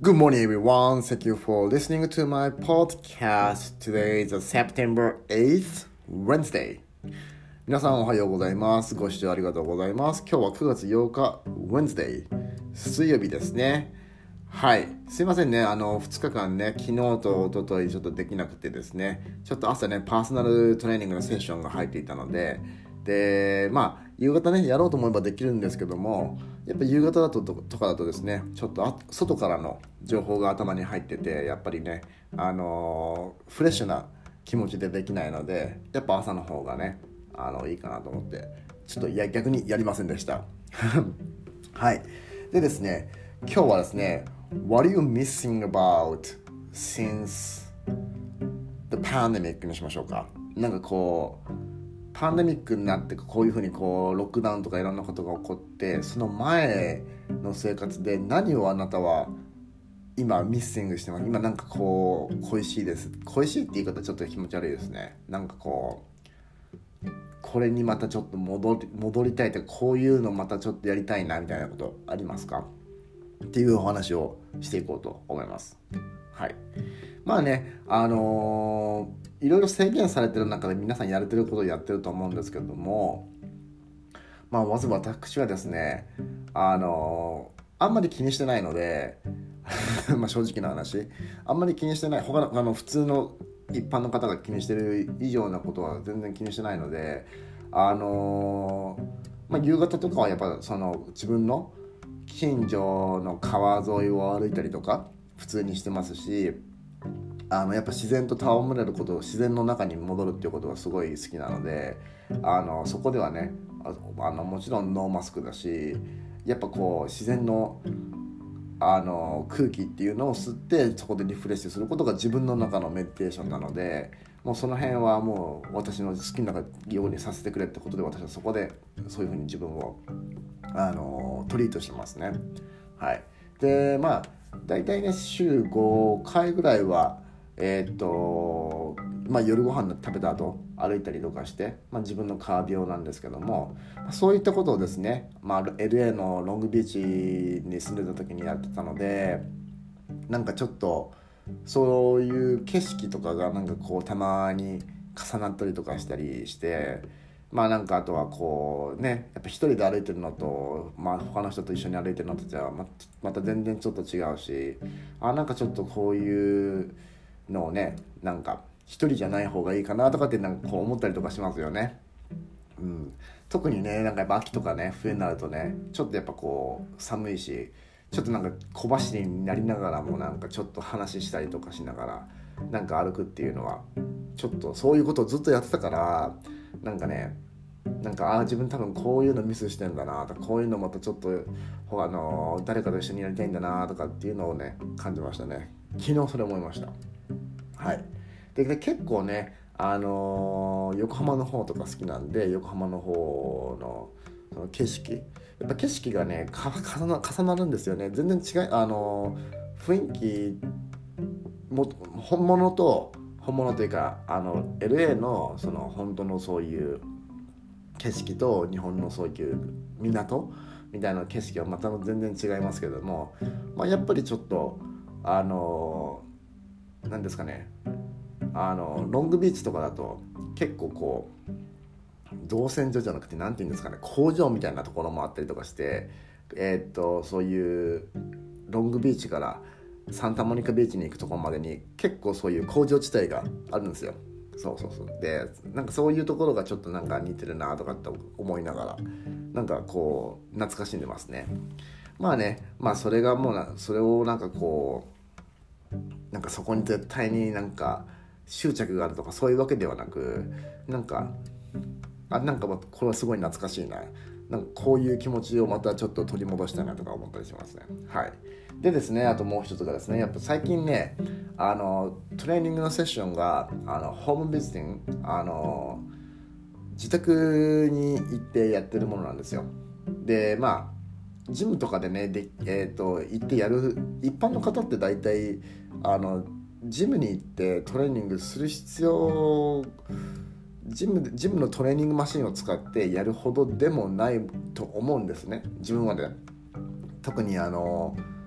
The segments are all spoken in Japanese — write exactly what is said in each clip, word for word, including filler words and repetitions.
Good morning, everyone. Thank you for listening to my podcast. Today is September eighth, Wednesday. 皆さんおはようございます。ご視聴ありがとうございます。今日はくがつようか、Wednesday、水曜日ですね。はい。すいませんね。あの、ふつかかんね、昨日と一昨日ちょっとできなくてですね、ちょっと朝ね、パーソナルトレーニングのセッションが入っていたので、で、まあ、夕方ね、やろうと思えばできるんですけども、やっぱ夕方だととかだとですね、ちょっとあ外からの情報が頭に入ってて、やっぱりね、あのー、フレッシュな気持ちでできないので、やっぱ朝の方がね、あのいいかなと思って、ちょっといや逆にやりませんでした。はい。でですね、今日はですね、What are you missing about since the pandemic にしましょうか。なんかこう、パンデミックになってこういうふうにこうロックダウンとかいろんなことが起こって、その前の生活で何をあなたは今ミッシングしてます。今なんかこう恋しいです。恋しいって言い方ちょっと気持ち悪いですね。なんかこうこれにまたちょっと戻り、戻りたいとか、こういうのまたちょっとやりたいなみたいなことありますかっていうお話をしていこうと思います。はい。まあね、あのー、いろいろ制限されてる中で皆さんやれてることをやってると思うんですけれども、まあまず私はですね、あのー、あんまり気にしてないのでまあ正直な話、あんまり気にしてない、他のあの普通の一般の方が気にしてる以上なことは全然気にしてないので、あのー、まあ夕方とかはやっぱその自分の近所の川沿いを歩いたりとか普通にしてますし、あのやっぱ自然と戯れること、自然の中に戻るっていうことがすごい好きなので、あのそこではね、あのもちろんノーマスクだし、やっぱこう自然のあの空気っていうのを吸ってそこでリフレッシュすることが自分の中のメディテーションなので、もうその辺はもう私の好きなようにさせてくれってことで、私はそこでそういうふうに自分をあのトリートしてますね。はい。でまあだいたいね週ごかいぐらいはえーっとまあ、夜ご飯食べた後歩いたりとかして、まあ、自分のカーディオなんですけども、そういったことをですね、まあ、エルエー のロングビーチに住んでた時にやってたので、なんかちょっとそういう景色とかがなんかこうたまに重なったりとかしたりして、まあなんかあとはこうね、やっぱ一人で歩いてるのと、まあ、他の人と一緒に歩いてるのとじゃままた全然ちょっと違うし、あなんかちょっとこういうのをね、なんか一人じゃない方がいいかなとかってなんかこう思ったりとかしますよね。うん、特にね、なんかやっぱ秋とかね冬になるとね、ちょっとやっぱこう寒いし、ちょっとなんか小走りになりながらもなんかちょっと話したりとかしながらなんか歩くっていうのは、ちょっとそういうことをずっとやってたから、なんかね、なんかあ自分多分こういうのミスしてんだなとか、こういうのまたちょっとあの誰かと一緒にやりたいんだなとかっていうのをね感じましたね。昨日それ思いました。はい。で結構ね、あのー、横浜の方とか好きなんで、横浜の方のその景色、やっぱ景色がね重な、重なるんですよね。全然違い、あのー、雰囲気も本物と本物というか、あの エルエー のその本当のそういう景色と日本のそういう港みたいな景色はまた全然違いますけども、まあ、やっぱりちょっとあのー、なんですかね、あのロングビーチとかだと結構こう造船所じゃなくてなんていうんですかね、工場みたいなところもあったりとかして、えー、っとそういうロングビーチからサンタモニカビーチに行くところまでに結構そういう工場地帯があるんですよ。そうそうそう。でなんかそういうところがちょっとなんか似てるなとかって思いながら、なんかこう懐かしんでますね。まあね、まあそれがもうなそれをなんかこうなんかそこに絶対になんか執着があるとかそういうわけではなく、なんかあなんかこれはすごい懐かしいな、なんかこういう気持ちをまたちょっと取り戻したいなとか思ったりしますね。はい。でですね、あともう一つがですね、やっぱ最近ね、あのトレーニングのセッションがあのホームビジティング、あの自宅に行ってやってるものなんですよ。でまあジムとかでねで、えー、と行ってやる一般の方って大体あのジムに行ってトレーニングする必要、ジム、ジムのトレーニングマシンを使ってやるほどでもないと思うんですね、自分はね。特にあの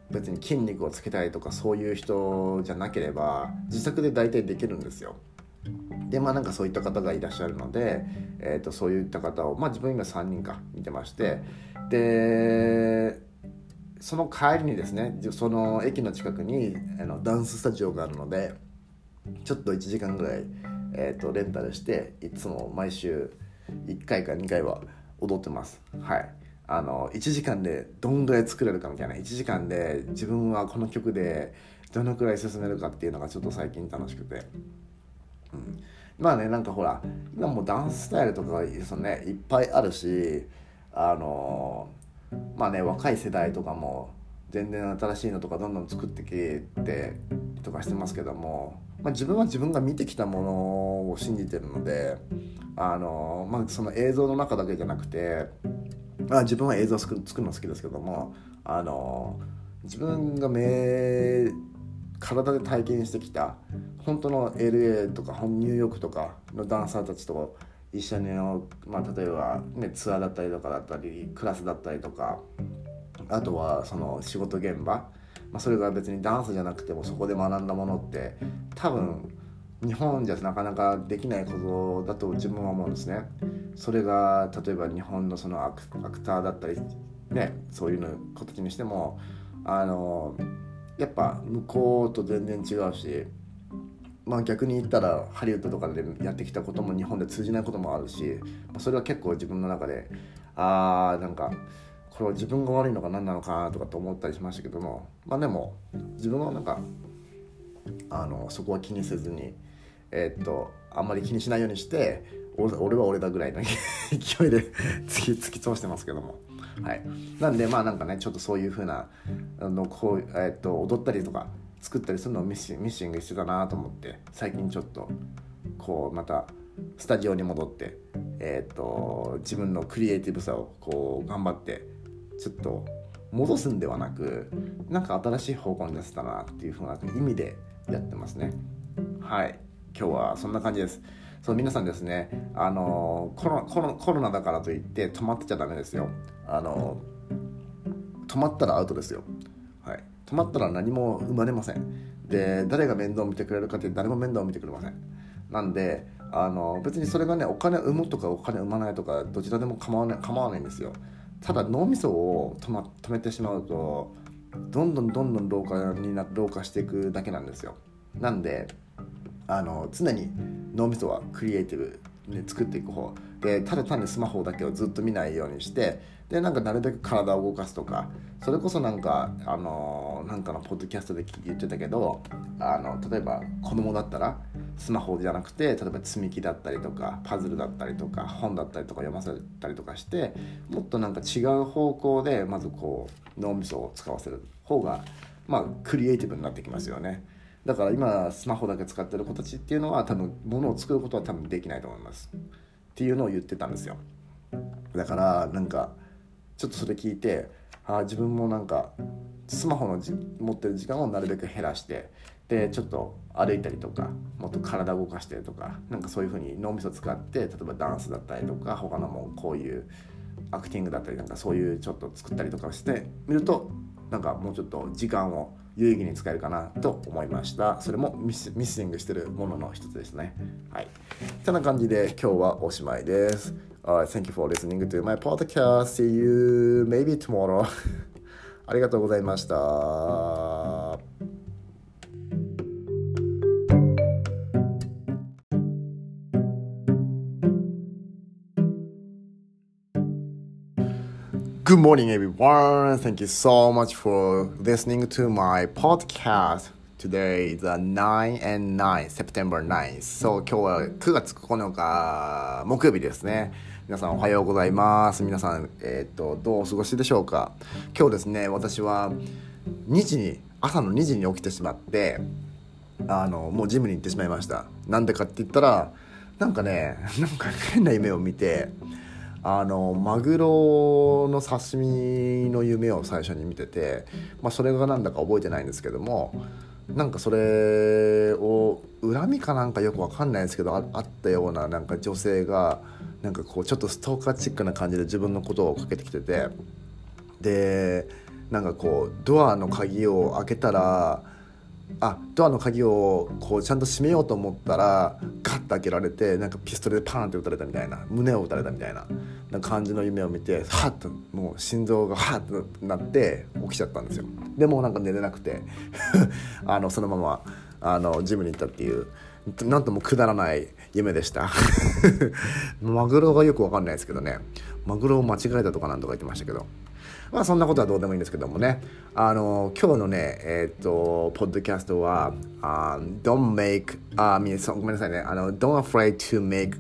別に筋肉をつけたいとかそういう人じゃなければ自宅で大体できるんですよ。でまあなんかそういった方がいらっしゃるので、えー、とそういった方を、まあ、自分今さんにんか見てまして、でその帰りにですね、その駅の近くにあのダンススタジオがあるので、ちょっといちじかんぐらい、えー、とレンタルしていつも毎週いっかいかにかいは踊ってます。はい。あのいちじかんでどんぐらい作れるかみたいな、いちじかんで自分はこの曲でどのくらい進めるかっていうのがちょっと最近楽しくて、うん、まあね、なんかほら今もうダンススタイルとかその、ね、いっぱいあるし、あのまあね若い世代とかも全然新しいのとかどんどん作ってきてとかしてますけども、まあ、自分は自分が見てきたものを信じてるので、あの、まあ、その映像の中だけじゃなくて、まあ、自分は映像を作るの好きですけども、あの自分が目体で体験してきた本当の エルエー とかニューヨークとかのダンサーたちと一緒にの、まあ、例えば、ね、ツアーだったりとかだったりクラスだったりとか、あとはその仕事現場、まあ、それが別にダンスじゃなくてもそこで学んだものって多分日本じゃなかなかできないことだと自分は思うんですね。それが例えば日本のそのアク、アクターだったりね、そういうの子たちにしてもあのやっぱ向こうと全然違うし、まあ逆に言ったらハリウッドとかでやってきたことも日本で通じないこともあるし、それは結構自分の中であーなんかこれは自分が悪いのか何なのかなとかと思ったりしましたけども、まあでも自分はなんかあのそこは気にせずに、えー、っとあんまり気にしないようにして俺, 俺は俺だぐらいの勢いで突き突き通してますけども、はい。なんでまあなんかねちょっとそういう風なあのこう、えー、っと踊ったりとか作ったりするのをミッシング、ミッシングしてたなと思って、最近ちょっとこうまたスタジオに戻って、えー、っと自分のクリエイティブさをこう頑張ってちょっと戻すんではなく、なんか新しい方向に出せたなっていう風な意味でやってますね。はい。今日はそんな感じです。そう、皆さんですね、あのコロ、コロ、コロナだからといって止まってちゃダメですよ。あの止まったらアウトですよ。はい。止まったら何も生まれません。で、誰が面倒を見てくれるかって誰も面倒を見てくれません。なんであの別にそれがねお金生むとかお金生まないとかどちらでも構わない、構わないんですよ。ただ脳みそを止、ま、止めてしまうとどんどんどんどん老化にな老化していくだけなんですよ。なんであの常に脳みそはクリエイティブに作っていく方で、ただ単にスマホだけをずっと見ないようにして、でなんかなるべく体を動かすとか、それこそなんかあのなんかのポッドキャストで言ってたけど、あの例えば子供だったらスマホじゃなくて例えば積み木だったりとかパズルだったりとか本だったりとか読ませたりとかして、もっとなんか違う方向でまずこう脳みそを使わせる方がまあクリエイティブになってきますよね。だから今スマホだけ使ってる子たちっていうのは多分物を作ることは多分できないと思いますっていうのを言ってたんですよ。だからなんかちょっとそれ聞いて、あ自分もなんかスマホのじ持ってる時間をなるべく減らして、でちょっと歩いたりとかもっと体を動かしてとか、なんかそういう風に脳みそ使って例えばダンスだったりとか他のもこういうアクティングだったりなんかそういうちょっと作ったりとかしてみると、なんかもうちょっと時間を有意義に使えるかなと思いました。それもミス、ミッシングしてるものの一つですね。はい。そんな感じで今日はおしまいです。Uh, thank you for listening to my podcast. See you maybe tomorrow. ありがとうございました。Good morning, everyone. Thank you so much for listening to my podcast. Today is nine and nine, September ninth. So 今日はくがつここのか木曜日ですね。皆さんおはようございます。皆さん、えー、っとどうお過ごしでしょうか。今日ですね、私はにじに朝のにじに起きてしまって、あのもうジムに行ってしまいました。なんでかって言ったら、なんかね、なんか変な夢を見て。あのマグロの刺身の夢を最初に見てて、まあ、それがなんだか覚えてないんですけども、なんかそれを恨みかなんかよくわかんないですけど あ, あったような、なんか女性がなんかこうちょっとストーカーチックな感じで自分のことをかけてきてて、でなんかこうドアの鍵を開けたらあドアの鍵をこうちゃんと閉めようと思ったらガッと開けられてなんかピストルでパーンって撃たれたみたいな胸を撃たれたみたいなな感じの夢を見てハッともう心臓がハッとなって起きちゃったんですよ。でもなんか寝れなくてあのそのままあのジムに行ったっていうなんともくだらない夢でしたマグロがよくわかんないですけどねマグロを間違えたとかなんとか言ってましたけどまあそんなことはどうでもいいんですけどもねあの今日のねえっ、ー、とポッドキャストは、um, Don't make あごめんなさいねあの Don't afraid to make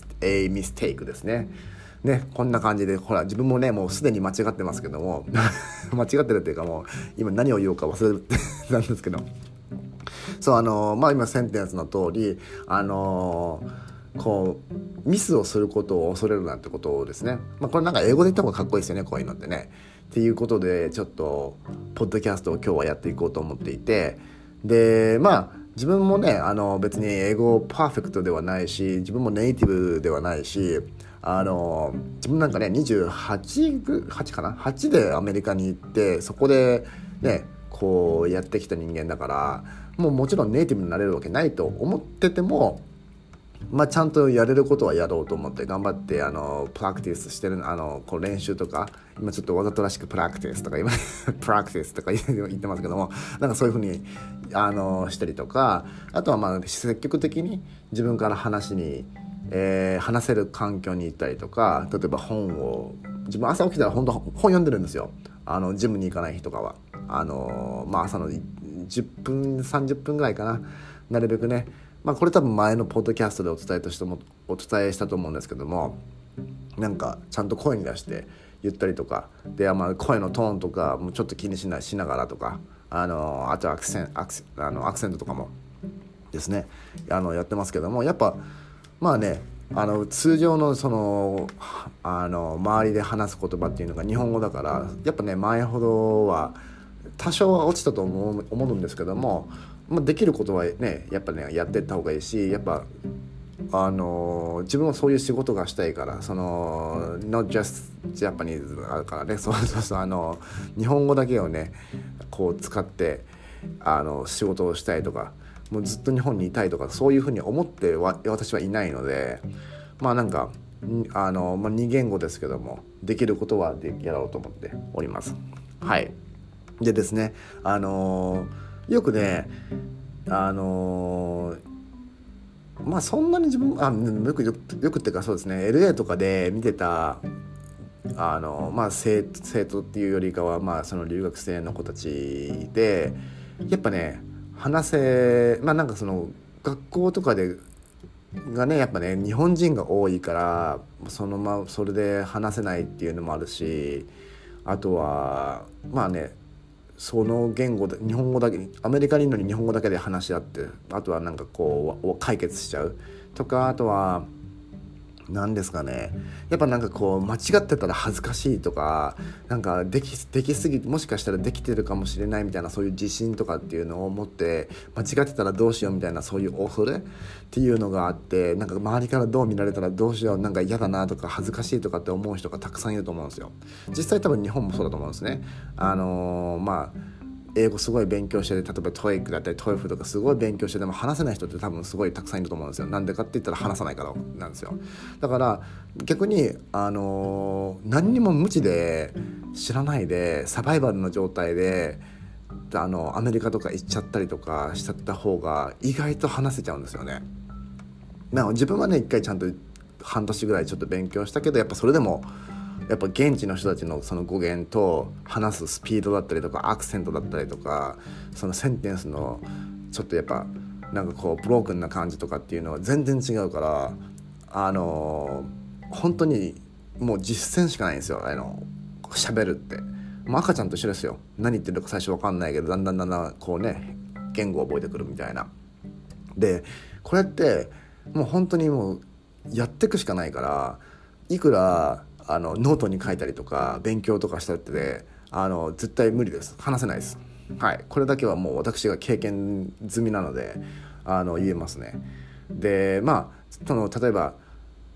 a mistake ですねねこんな感じでほら自分もねもうすでに間違ってますけども間違ってるっていうかもう今何を言おうか忘れてたんですけどそうあのまあ今センテンスの通りあのこうミスをすることを恐れるなんてことですね、まあ、これなんか英語で言った方がかっこいいですよねこういうのってねっていうことでちょっとポッドキャストを今日はやっていこうと思っていてでまあ自分もねあの別に英語パーフェクトではないし自分もネイティブではないしあの自分なんかねにじゅうはちかなはちでアメリカに行ってそこでねこうやってきた人間だからもうもちろんネイティブになれるわけないと思っててもまあ、ちゃんとやれることはやろうと思って頑張ってあのプラクティスしてるあのこう練習とか今ちょっとわざとらしくプラクティスとか今プラクティスとか言ってますけどもなんかそういうふうにあのしたりとかあとはまあ積極的に自分から話に、えー、話せる環境に行ったりとか例えば本を自分朝起きたら本当本読んでるんですよあのジムに行かない日とかはあの、まあ、朝のじゅっぷんさんじゅっぷんぐらいかななるべくねまあ、これ多分前のポッドキャストでお伝えとしてもお伝えしたと思うんですけどもなんかちゃんと声に出して言ったりとかで、まあ、声のトーンとかもちょっと気にしないしながらとかあのあとアクセンアクセあのアクセントとかもですねあのやってますけどもやっぱまあねあの通常のそのあの周りで話す言葉っていうのが日本語だからやっぱね前ほどは多少は落ちたと思う、思うんですけどもまあ、できることはねやっぱねやっていった方がいいしやっぱあの自分はそういう仕事がしたいからその not just Japanese あるからねそうそうそうあの日本語だけをねこう使ってあの仕事をしたいとかもうずっと日本にいたいとかそういうふうに思っては私はいないのでまあなんかあの、まあ、に言語ですけどもできることはでやろうと思っておりますはいでですねあのよくねあのー、まあそんなに自分あよくよくよくっていうかそうですね エルエー とかで見てたあのまあ生徒、生徒っていうよりかはまあその留学生の子たちでやっぱね話せまあなんかその学校とかでがねやっぱね日本人が多いからそのままそれで話せないっていうのもあるしあとはまあねその言語で日本語だけアメリカにいるのに日本語だけで話し合ってあとはなんかこう解決しちゃうとかあとは何ですかねやっぱなんかこう間違ってたら恥ずかしいとかなんかできできすぎもしかしたらできてるかもしれないみたいなそういう自信とかっていうのを持って間違ってたらどうしようみたいなそういう恐れっていうのがあってなんか周りからどう見られたらどうしようなんか嫌だなとか恥ずかしいとかって思う人がたくさんいると思うんですよ。実際多分日本もそうだと思うんですね。あのー、まあ英語すごい勉強してて例えば トーイック だったり トーエフル とかすごい勉強してでも話せない人って多分すごいたくさんいると思うんですよ。なんでかって言ったら話さないからなんですよ。だから逆にあのー、何にも無知で知らないでサバイバルの状態であのアメリカとか行っちゃったりとかしちゃった方が意外と話せちゃうんですよね。まあ自分はね一回ちゃんと半年ぐらいちょっと勉強したけどやっぱそれでもやっぱ現地の人たちのその語源と話すスピードだったりとかアクセントだったりとかそのセンテンスのちょっとやっぱなんかこうブロークンな感じとかっていうのは全然違うからあのー、本当にもう実践しかないんですよ。あの喋るってもう赤ちゃんと一緒ですよ。何言ってるか最初分かんないけどだんだんだんだんこうね言語を覚えてくるみたいな。でこれってもう本当にもうやっていくしかないからいくらあのノートに書いたりとか勉強とかしたってであの絶対無理です。話せないです。はい、これだけはもう私が経験済みなのであの言えますね。でまあその例えば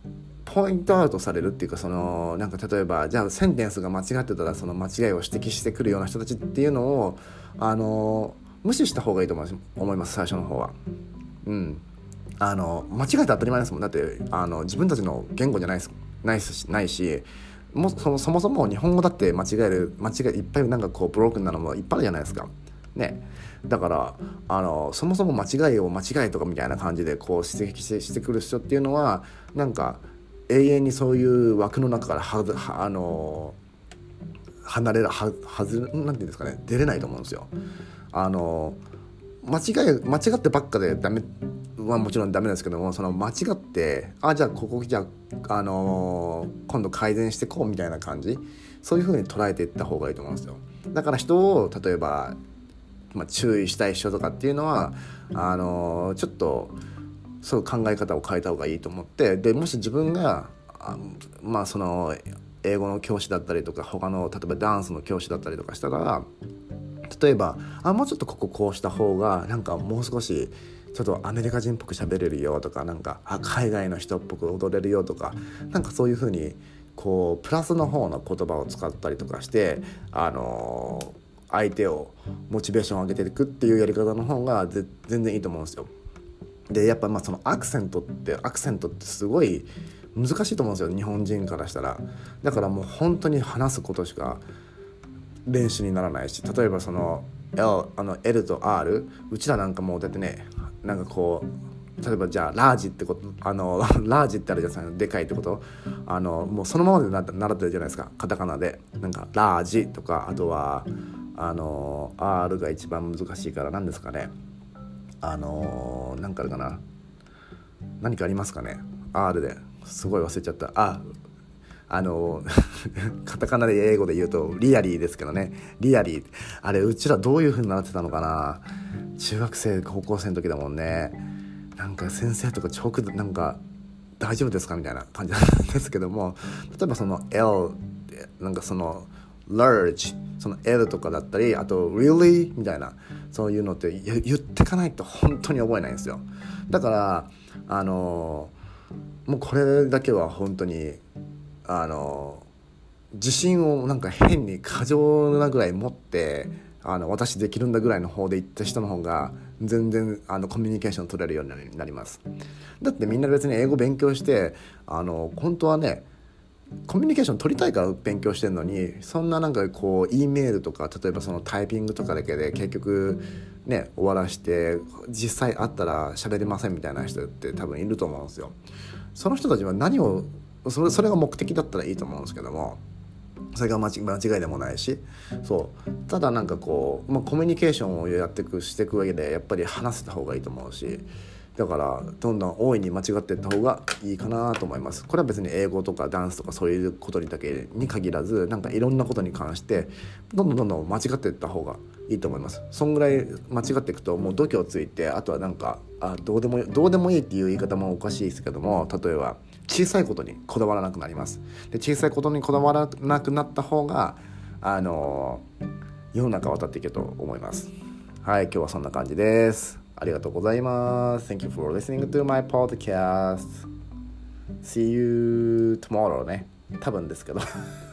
ポイントアウトされるっていうか、そのなんか例えばじゃあセンテンスが間違ってたらその間違いを指摘してくるような人たちっていうのをあの無視した方がいいと思います。最初の方は。うんあの間違えて当たり前ですもん。だってあの自分たちの言語じゃないですないしないしもそ, そもそも日本語だって間違える間違いいっぱいなんかこうブロークンなのもいっぱいあるじゃないですかね。だからあのそもそも間違いを間違いとかみたいな感じでこう指摘してしてくる人っていうのはなんか永遠にそういう枠の中からははあの離れるは外れなんていうんですかね出れないと思うんですよ。あの間違い間違ってばっかでダメはもちろんダメですけども、その間違ってあじゃあここじゃあ、あのー、今度改善してこうみたいな感じ、そういう風に捉えていった方がいいと思うんですよ。だから人を例えば、まあ、注意したい人とかっていうのはあのー、ちょっとそういう考え方を変えた方がいいと思って、でもし自分があまあその英語の教師だったりとか他の例えばダンスの教師だったりとかしたら、例えばあもうちょっとこここうした方がなんかもう少しちょっとアメリカ人っぽく喋れるよとか、なんかあ海外の人っぽく踊れるよとか、なんかそういう風にこうプラスの方の言葉を使ったりとかして、あのー、相手をモチベーションを上げていくっていうやり方の方が全然いいと思うんですよ。でやっぱまあそのアクセントってアクセントってすごい難しいと思うんですよ、日本人からしたら。だからもう本当に話すことしか練習にならないし、例えばその L, あの L と R うちらなんかもうだってね、なんかこう例えばじゃあラージってことあのラージってあるじゃないですか、でかいってことあのもうそのままでな習ってるじゃないですか、カタカナでなんかラージとか、あとはあの R が一番難しいから何ですかね、あのなんかあるかな、何かありますかね R ですごい忘れちゃった。ああのカタカナで英語で言うとリアリーですけどね、リアリーあれうちらどういう風に習ってたのかな、中学生高校生の時だもんね。なんか先生とか直なんか大丈夫ですかみたいな感じなんですけども、例えばその L なんかその large その L とかだったり、あと really みたいなそういうのって言ってかないと本当に覚えないんですよ。だからあのもうこれだけは本当にあの自信をなんか変に過剰なぐらい持ってあの私できるんだぐらいの方で言った人の方が全然あのコミュニケーション取れるようになります。だってみんな別に英語勉強してあの本当はねコミュニケーション取りたいから勉強してるのに、そんななんかこう E メールとか例えばそのタイピングとかだけで結局ね終わらして実際会ったら喋れませんみたいな人って多分いると思うんですよ。その人たちは何をそれ、それが目的だったらいいと思うんですけども、それが間違いでもないし、そうただなんかこう、まあ、コミュニケーションをやっていくしていく上でやっぱり話せた方がいいと思うし、だからどんどん大いに間違っていった方がいいかなと思います。これは別に英語とかダンスとかそういうことにだけに限らず、なんかいろんなことに関してどんどんどんどん間違っていった方がいいと思います。そんぐらい間違っていくともう度胸ついて、あとはなんかあどうでもどうでもいいっていう言い方もおかしいですけども、例えば小さいことにこだわらなくなります。で小さいことにこだわらなくなった方があの世の中を渡っていけると思います。はい、今日はそんな感じです。ありがとうございます。 Thank you for listening to my podcast. See you tomorrow ね、多分ですけど